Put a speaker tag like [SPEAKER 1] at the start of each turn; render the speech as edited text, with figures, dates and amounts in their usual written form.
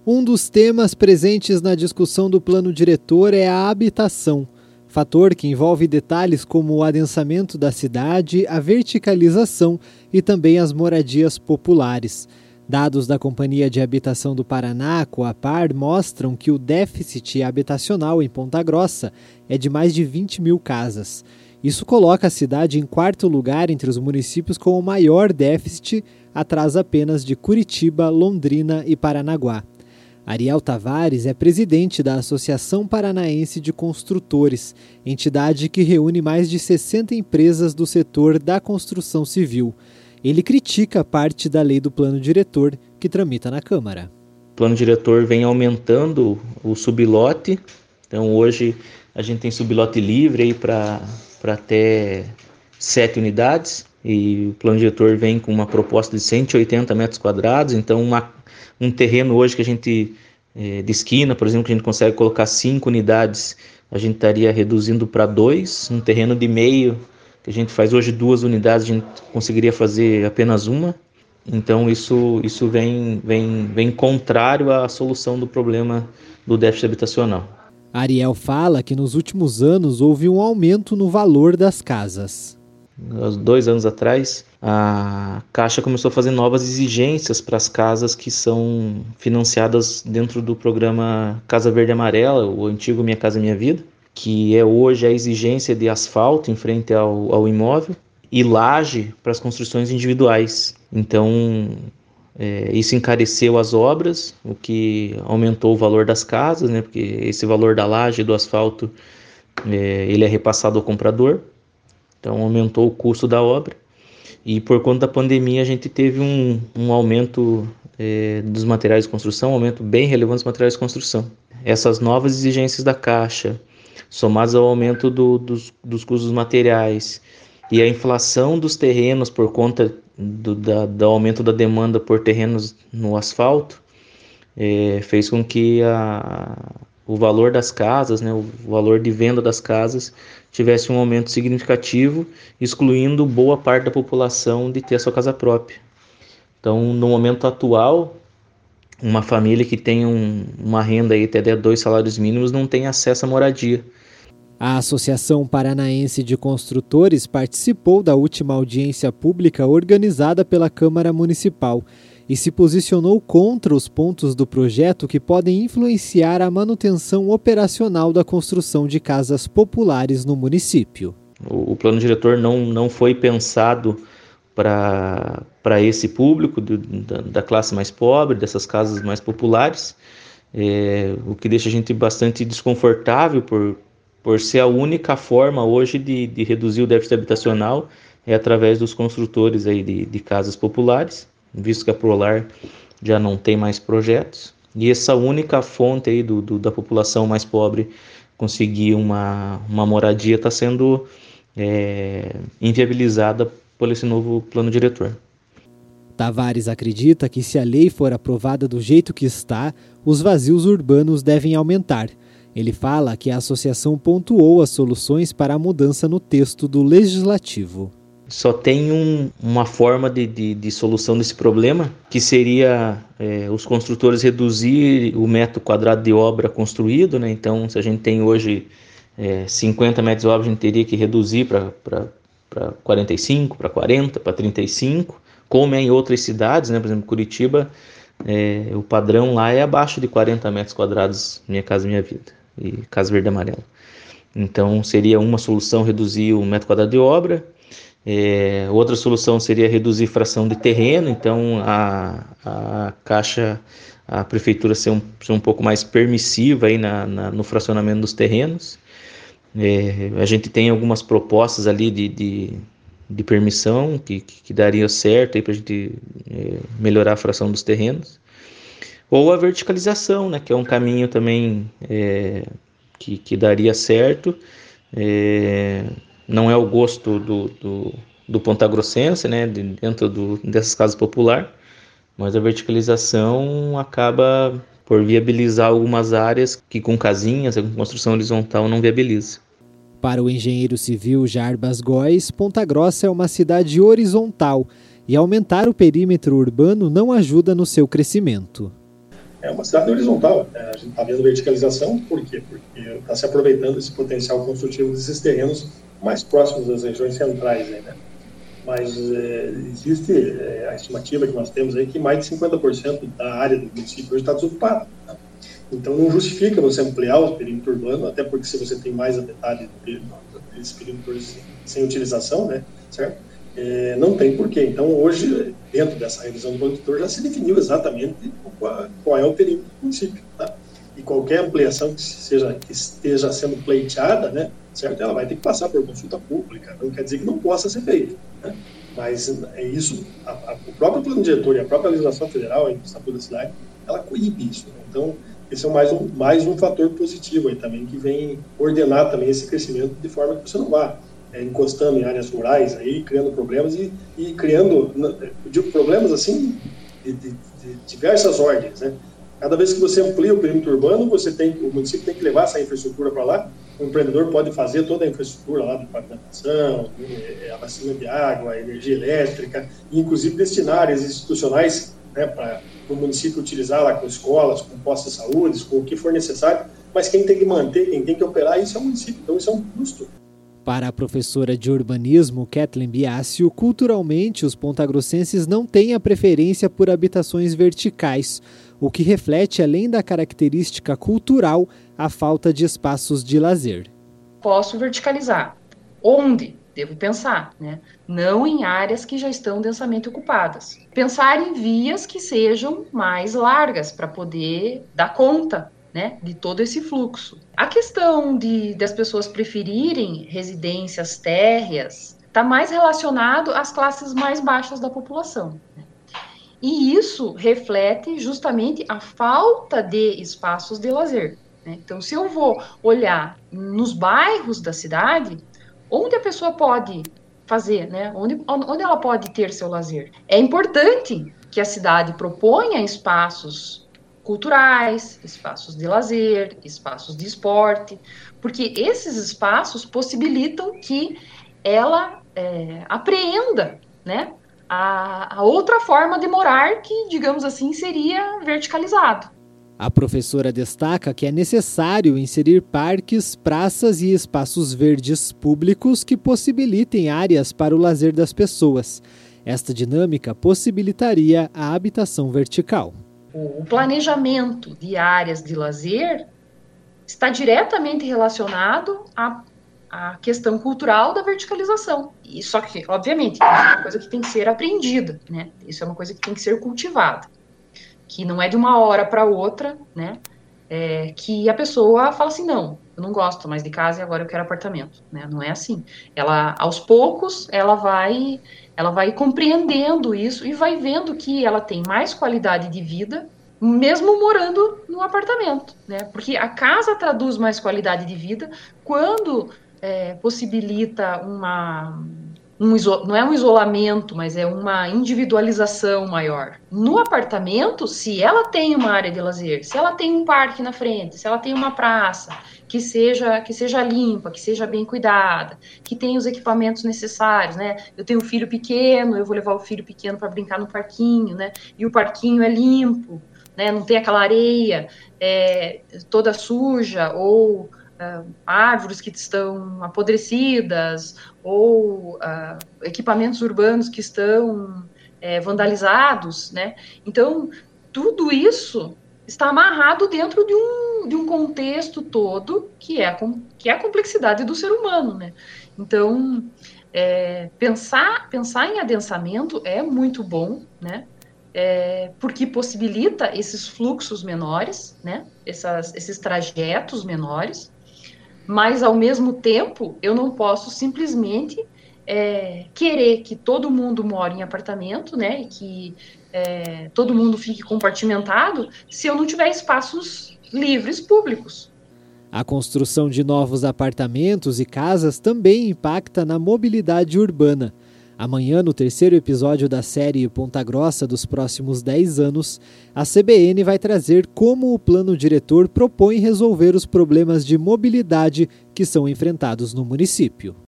[SPEAKER 1] Um dos temas presentes na discussão do plano diretor é a habitação, fator que envolve detalhes como o adensamento da cidade, a verticalização e também as moradias populares. Dados da Companhia de Habitação do Paraná, Coapar, mostram que o déficit habitacional em Ponta Grossa é de mais de 20 mil casas. Isso coloca a cidade em quarto lugar entre os municípios com o maior déficit, atrás apenas de Curitiba, Londrina e Paranaguá. Ariel Tavares é presidente da Associação Paranaense de Construtores, entidade que reúne mais de 60 empresas do setor da construção civil. Ele critica parte da lei do plano diretor que tramita na Câmara.
[SPEAKER 2] O plano diretor vem aumentando o sublote, então hoje a gente tem sublote livre aí para até 7 unidades e o plano diretor vem com uma proposta de 180 metros quadrados, então um terreno hoje que a gente, de esquina, por exemplo, que a gente consegue colocar 5 unidades, a gente estaria reduzindo para 2, um terreno de meio, que a gente faz hoje 2 unidades, a gente conseguiria fazer apenas uma. Então isso vem contrário à solução do problema do déficit habitacional.
[SPEAKER 1] Ariel fala que nos últimos anos houve um aumento no valor das casas.
[SPEAKER 2] Há 2 anos atrás, a Caixa começou a fazer novas exigências para as casas que são financiadas dentro do programa Casa Verde Amarela, o antigo Minha Casa Minha Vida, que é hoje a exigência de asfalto em frente ao imóvel e laje para as construções individuais. Então, isso encareceu as obras, o que aumentou o valor das casas, né? Porque esse valor da laje e do asfalto ele é repassado ao comprador. Então aumentou o custo da obra e por conta da pandemia a gente teve um aumento dos materiais de construção, um aumento bem relevante dos materiais de construção. Essas novas exigências da Caixa, somadas ao aumento dos custos dos materiais e a inflação dos terrenos por conta do aumento da demanda por terrenos no asfalto, fez com que o valor das casas, né, o valor de venda das casas tivesse um aumento significativo, excluindo boa parte da população de ter a sua casa própria. Então, no momento atual, uma família que tem uma renda aí até 2 salários mínimos não tem acesso à moradia.
[SPEAKER 1] A Associação Paranaense de Construtores participou da última audiência pública organizada pela Câmara Municipal e se posicionou contra os pontos do projeto que podem influenciar a manutenção operacional da construção de casas populares no município.
[SPEAKER 2] O plano diretor não foi pensado para esse público da classe mais pobre, dessas casas mais populares, o que deixa a gente bastante desconfortável por ser a única forma hoje de reduzir o déficit habitacional é através dos construtores aí de casas populares, visto que a Prolar já não tem mais projetos. E essa única fonte aí da população mais pobre conseguir uma moradia está sendo inviabilizada por esse novo plano diretor.
[SPEAKER 1] Tavares acredita que se a lei for aprovada do jeito que está, os vazios urbanos devem aumentar. Ele fala que a associação pontuou as soluções para a mudança no texto do Legislativo.
[SPEAKER 2] Só tem uma forma de solução desse problema, que seria os construtores reduzir o metro quadrado de obra construído, né? Então, se a gente tem hoje 50 metros de obra, a gente teria que reduzir para 45, para 40, para 35, como é em outras cidades, né? Por exemplo, Curitiba, o padrão lá é abaixo de 40 metros quadrados, Minha Casa Minha Vida, e Casa Verde Amarela. Então, seria uma solução reduzir o metro quadrado de obra. Outra solução seria reduzir fração de terreno, então a Caixa, a Prefeitura ser um pouco mais permissiva aí no fracionamento dos terrenos. A gente tem algumas propostas ali de permissão que daria certo para a gente melhorar a fração dos terrenos. Ou a verticalização, né, que é um caminho também que daria certo. Não é o gosto do pontagrossense, né, dentro dessas casas populares, mas a verticalização acaba por viabilizar algumas áreas que com casinhas, com construção horizontal, não viabiliza.
[SPEAKER 1] Para o engenheiro civil Jarbas Góes, Ponta Grossa é uma cidade horizontal e aumentar o perímetro urbano não ajuda no seu crescimento.
[SPEAKER 3] é uma cidade horizontal. A gente está vendo verticalização, por quê? Porque está se aproveitando esse potencial construtivo desses terrenos mais próximos das regiões centrais, né? Mas existe a estimativa que nós temos aí que mais de 50% da área do município hoje está desocupada. Tá? Então não justifica você ampliar o perímetro urbano, até porque se você tem mais a metade desse perímetro sem utilização, né, certo? Não tem porquê. Então hoje, dentro dessa revisão do plano diretor, já se definiu exatamente qual é o perímetro do município. Tá? E qualquer ampliação que esteja sendo pleiteada, né, certo? Ela vai ter que passar por consulta pública, não quer dizer que não possa ser feito, né? Mas é isso, o próprio plano diretor e a própria legislação federal, a Estatuto da cidade, ela coíbe isso, né? Então, esse é mais um fator positivo aí também, que vem ordenar também esse crescimento de forma que você não vá encostando em áreas rurais, aí, criando problemas e criando, eu digo problemas assim, de diversas ordens, né? Cada vez que você amplia o perímetro urbano, o município tem que levar essa infraestrutura para lá. O empreendedor pode fazer toda a infraestrutura lá de pavimentação, abastecimento de água, energia elétrica, e inclusive destinar áreas institucionais, né, para o município utilizar lá com escolas, com postos de saúde, com o que for necessário. Mas quem tem que manter, quem tem que operar, isso é o município. Então isso é um custo.
[SPEAKER 1] Para a professora de urbanismo, Kathleen Biasio, culturalmente os pontagrossenses não têm a preferência por habitações verticais, o que reflete, além da característica cultural, a falta de espaços de lazer.
[SPEAKER 4] Posso verticalizar. Onde? Devo pensar, né? Não em áreas que já estão densamente ocupadas. Pensar em vias que sejam mais largas para poder dar conta, né, de todo esse fluxo. A questão das pessoas preferirem residências térreas está mais relacionado às classes mais baixas da população, né? E isso reflete justamente a falta de espaços de lazer, né? Então, se eu vou olhar nos bairros da cidade, onde a pessoa pode fazer, né? Onde ela pode ter seu lazer? É importante que a cidade proponha espaços culturais, espaços de lazer, espaços de esporte, porque esses espaços possibilitam que ela apreenda, né, a outra forma de morar que, digamos assim, seria verticalizado.
[SPEAKER 1] A professora destaca que é necessário inserir parques, praças e espaços verdes públicos que possibilitem áreas para o lazer das pessoas. Esta dinâmica possibilitaria a habitação vertical.
[SPEAKER 4] O planejamento de áreas de lazer está diretamente relacionado à questão cultural da verticalização. E só que, obviamente, isso é uma coisa que tem que ser aprendida, né? Isso é uma coisa que tem que ser cultivada, que não é de uma hora para outra, né? Que a pessoa fala assim, não, eu não gosto mais de casa e agora eu quero apartamento, né? Não é assim. Ela, aos poucos, ela vai compreendendo isso e vai vendo que ela tem mais qualidade de vida, mesmo morando no apartamento, né? Porque a casa traduz mais qualidade de vida quando possibilita não é um isolamento, mas é uma individualização maior. No apartamento, se ela tem uma área de lazer, se ela tem um parque na frente, se ela tem uma praça que seja limpa, que seja bem cuidada, que tenha os equipamentos necessários, né? Eu tenho um filho pequeno, eu vou levar o filho pequeno para brincar no parquinho, né? E o parquinho é limpo, né? Não tem aquela areia toda suja ou árvores que estão apodrecidas ou equipamentos urbanos que estão vandalizados, né? Então, tudo isso está amarrado dentro de um contexto todo que é a complexidade do ser humano, né? Então, pensar em adensamento é muito bom, né? Porque possibilita esses fluxos menores, né? Esses trajetos menores, mas, ao mesmo tempo, eu não posso simplesmente querer que todo mundo more em apartamento, né, e que todo mundo fique compartimentado, se eu não tiver espaços livres públicos.
[SPEAKER 1] A construção de novos apartamentos e casas também impacta na mobilidade urbana. Amanhã, no terceiro episódio da série Ponta Grossa dos próximos 10 anos, a CBN vai trazer como o plano diretor propõe resolver os problemas de mobilidade que são enfrentados no município.